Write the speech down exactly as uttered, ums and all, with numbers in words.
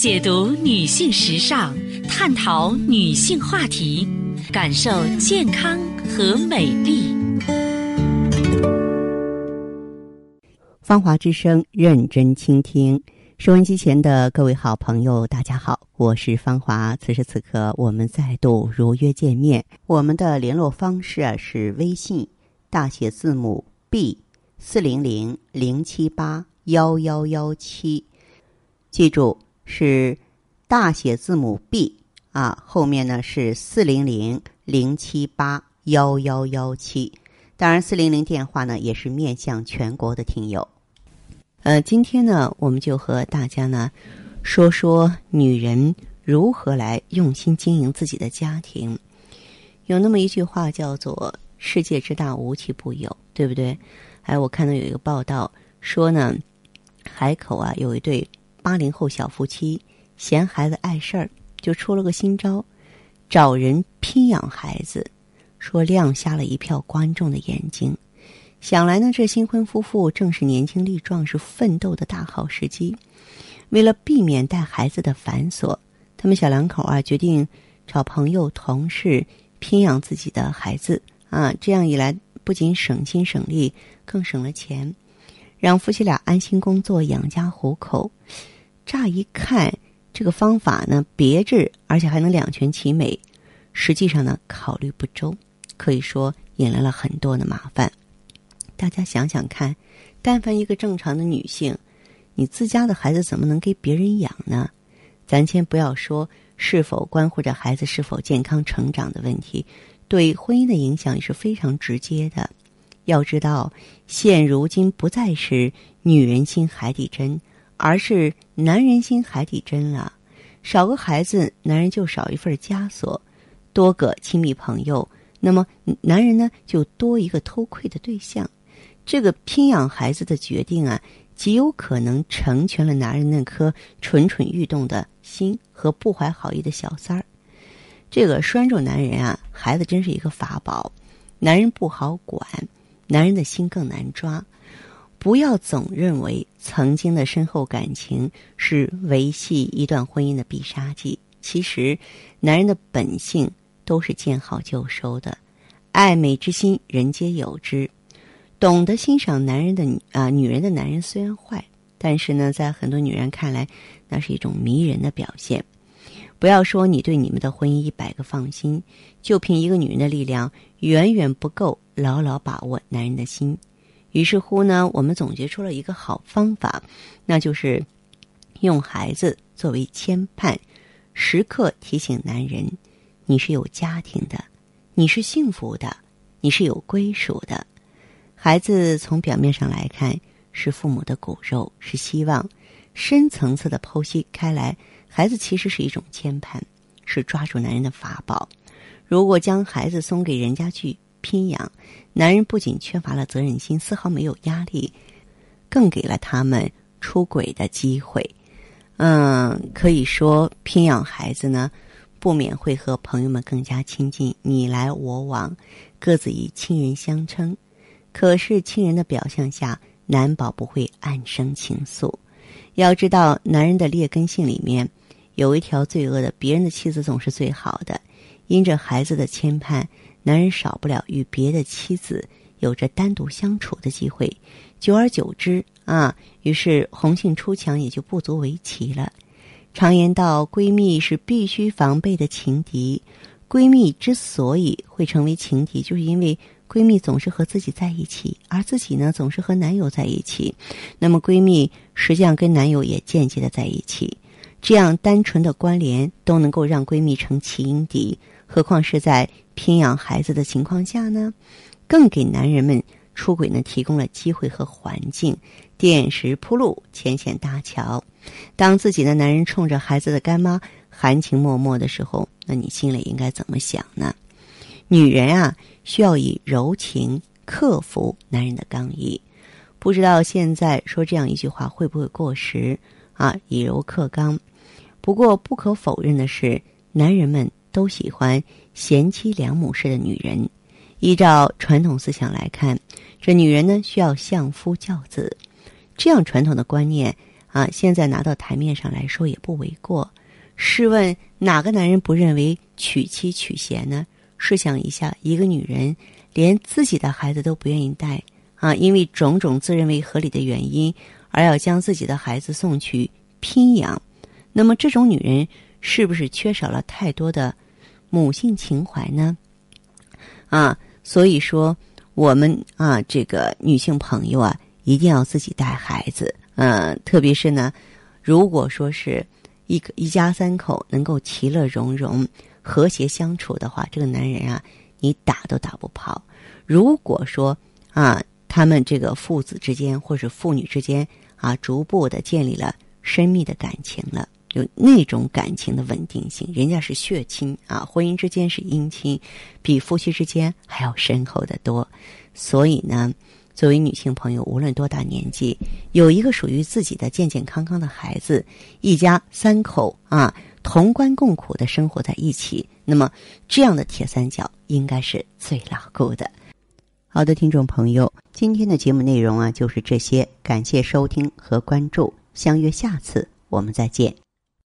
解读女性时尚，探讨女性话题，感受健康和美丽。 芳华之声，认真倾听。收音机前的各位好朋友，大家好，我是芳华。此时此刻，我们再度如约见面。我们的联络方式啊是微信大写字母 B 四零零零七八幺幺幺七，记住是大写字母 B 啊，后面呢是四零零零七八幺幺幺七。当然，四零零电话呢也是面向全国的听友。呃，今天呢，我们就和大家呢说说女人如何来用心经营自己的家庭。有那么一句话叫做“世界之大，无奇不有”，对不对？哎，我看到有一个报道说呢，海口啊有一对八零后小夫妻嫌孩子碍事儿，就出了个新招，找人拼养孩子，说亮瞎了一票观众的眼睛。想来呢，这新婚夫妇正是年轻力壮，是奋斗的大好时机。为了避免带孩子的繁琐，他们小两口啊决定找朋友、同事拼养自己的孩子啊。这样一来，不仅省心省力，更省了钱，让夫妻俩安心工作、养家糊口。乍一看，这个方法呢别致，而且还能两全其美。实际上呢，考虑不周，可以说引来了很多的麻烦。大家想想看，但凡一个正常的女性，你自家的孩子怎么能给别人养呢？咱先不要说是否关乎着孩子是否健康成长的问题，对婚姻的影响也是非常直接的。要知道，现如今不再是女人心海底针，而是男人心海底针了。少个孩子，男人就少一份枷锁；多个亲密朋友，那么男人呢就多一个偷窥的对象。这个拼养孩子的决定啊，极有可能成全了男人那颗蠢蠢欲动的心和不怀好意的小三儿。这个拴住男人啊，孩子真是一个法宝。男人不好管，男人的心更难抓。不要总认为曾经的深厚感情是维系一段婚姻的必杀技。其实，男人的本性都是见好就收的，爱美之心人皆有之。懂得欣赏男人的啊、呃，女人的男人虽然坏，但是呢，在很多女人看来，那是一种迷人的表现。不要说你对你们的婚姻一百个放心，就凭一个女人的力量，远远不够牢牢把握男人的心。于是乎呢，我们总结出了一个好方法，那就是用孩子作为牵绊，时刻提醒男人，你是有家庭的，你是幸福的，你是有归属的。孩子从表面上来看是父母的骨肉，是希望，深层次的剖析开来，孩子其实是一种牵绊，是抓住男人的法宝。如果将孩子送给人家去拼养，男人不仅缺乏了责任心，丝毫没有压力，更给了他们出轨的机会。嗯，可以说拼养孩子呢，不免会和朋友们更加亲近，你来我往，各自以亲人相称。可是亲人的表象下，难保不会暗生情愫。要知道，男人的劣根性里面有一条罪恶的，别人的妻子总是最好的。因着孩子的牵绊，男人少不了与别的妻子有着单独相处的机会。久而久之啊，于是红杏出墙也就不足为奇了。常言道，闺蜜是必须防备的情敌。闺蜜之所以会成为情敌，就是因为闺蜜总是和自己在一起，而自己呢总是和男友在一起。那么闺蜜实际上跟男友也间接的在一起，这样单纯的关联都能够让闺蜜成情因敌，何况是在拼养孩子的情况下呢？更给男人们出轨呢提供了机会和环境，垫石铺路，牵线搭桥。当自己的男人冲着孩子的干妈含情脉脉的时候，那你心里应该怎么想呢？女人啊，需要以柔情克服男人的刚毅。不知道现在说这样一句话会不会过时啊？以柔克刚。不过不可否认的是，男人们都喜欢贤妻良母式的女人。依照传统思想来看，这女人呢需要相夫教子，这样传统的观念啊，现在拿到台面上来说也不为过。试问哪个男人不认为娶妻娶贤呢？试想一下，一个女人连自己的孩子都不愿意带啊，因为种种自认为合理的原因，而要将自己的孩子送去拼养，那么这种女人是不是缺少了太多的母性情怀呢？啊，所以说我们啊，这个女性朋友啊，一定要自己带孩子。嗯，特别是呢，如果说是一个一家三口能够其乐融融、和谐相处的话，这个男人啊，你打都打不跑。如果说啊，他们这个父子之间或是父女之间啊，逐步的建立了深密的感情了，有那种感情的稳定性，人家是血亲啊，婚姻之间是姻亲，比夫妻之间还要深厚得多。所以呢，作为女性朋友，无论多大年纪，有一个属于自己的健健康康的孩子，一家三口啊，同甘共苦的生活在一起，那么这样的铁三角应该是最牢固的。好的，听众朋友，今天的节目内容啊就是这些，感谢收听和关注，相约下次我们再见。